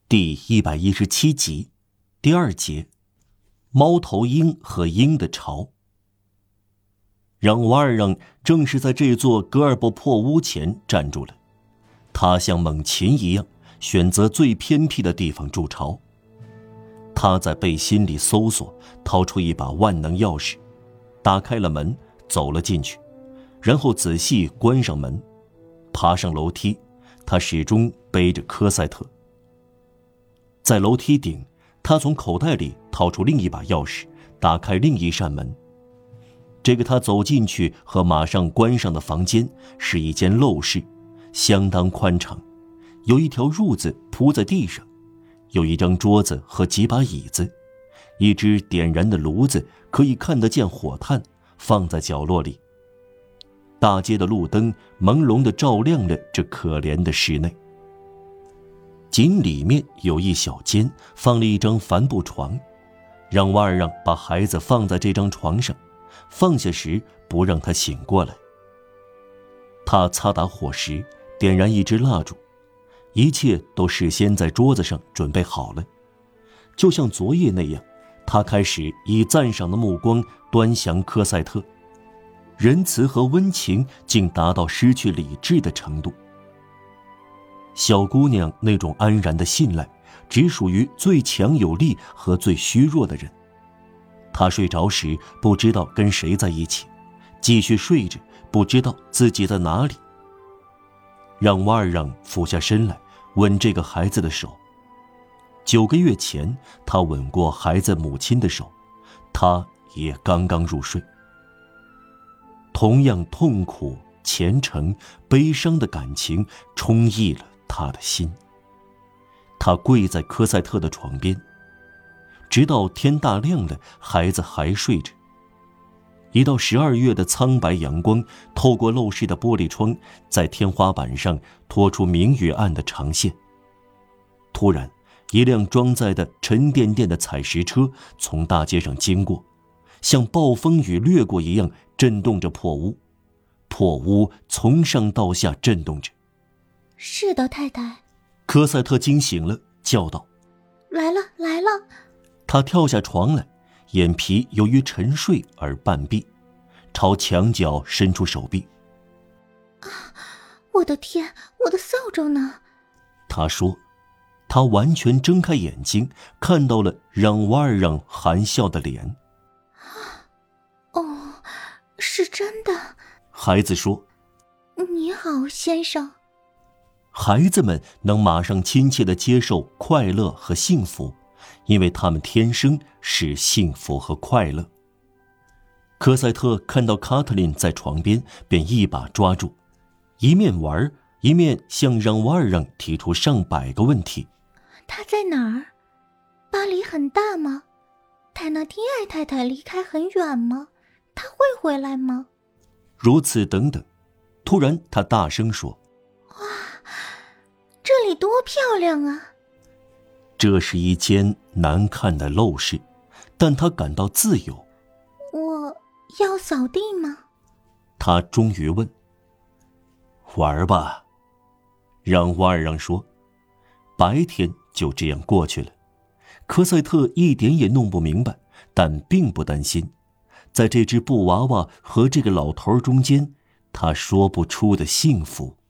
第117集，第2节，猫头鹰和鹰的巢。让瓦尔让正是在这座格尔伯破屋前站住了，他像猛禽一样选择最偏僻的地方筑巢。他在背心里搜索，掏出一把万能钥匙，打开了门，走了进去，然后仔细关上门，爬上楼梯。他始终背着科赛特。在楼梯顶，他从口袋里掏出另一把钥匙，打开另一扇门。这个他走进去和马上关上的房间是一间陋室，相当宽敞，有一条褥子铺在地上，有一张桌子和几把椅子，一只点燃的炉子可以看得见火炭放在角落里。大街的路灯朦胧地照亮了这可怜的室内。井里面有一小间，放了一张帆布床，让瓦尔让把孩子放在这张床上，放下时不让他醒过来。他擦打火石，点燃一支蜡烛，一切都事先在桌子上准备好了。就像昨夜那样，他开始以赞赏的目光端详科赛特，仁慈和温情竟达到失去理智的程度。小姑娘那种安然的信赖，只属于最强有力和最虚弱的人。她睡着时不知道跟谁在一起，继续睡着不知道自己在哪里。让瓦尔让俯下身来吻这个孩子的手。9个月前，他吻过孩子母亲的手，他也刚刚入睡。同样痛苦、虔诚、悲伤的感情充溢了他的心。他跪在科赛特的床边，直到天大亮了，孩子还睡着。一道12月的苍白阳光透过陋室的玻璃窗，在天花板上拖出明与暗的长线。突然，一辆装载的沉甸甸的采石车从大街上经过，像暴风雨掠过一样震动着破屋。破屋从上到下震动着。 是的，太太。 科赛特惊醒了，叫道： 来了，来了。 他跳下床来，眼皮由于沉睡而半闭，朝墙角伸出手臂。 啊，我的天，我的扫帚呢？ 他说。他完全睁开眼睛，看到了让瓦尔让含笑的脸。 哦，是真的。 孩子说： 你好，先生。 孩子们能马上亲切地接受快乐和幸福，因为他们天生是幸福和快乐。科赛特看到卡特琳在床边，便一把抓住，一面玩，一面向让瓦尔让提出上百个问题。 他在哪儿？巴黎很大吗？泰纳蒂埃太太离开很远吗？他会回来吗？ 如此等等。突然他大声说： 哇，这里多漂亮啊！ 这是一间难看的陋室，但他感到自由。 我要扫地吗？ 他终于问。玩吧，让瓦尔让说。白天就这样过去了。科赛特一点也弄不明白，但并不担心。在这只布娃娃和这个老头中间，他说不出的幸福。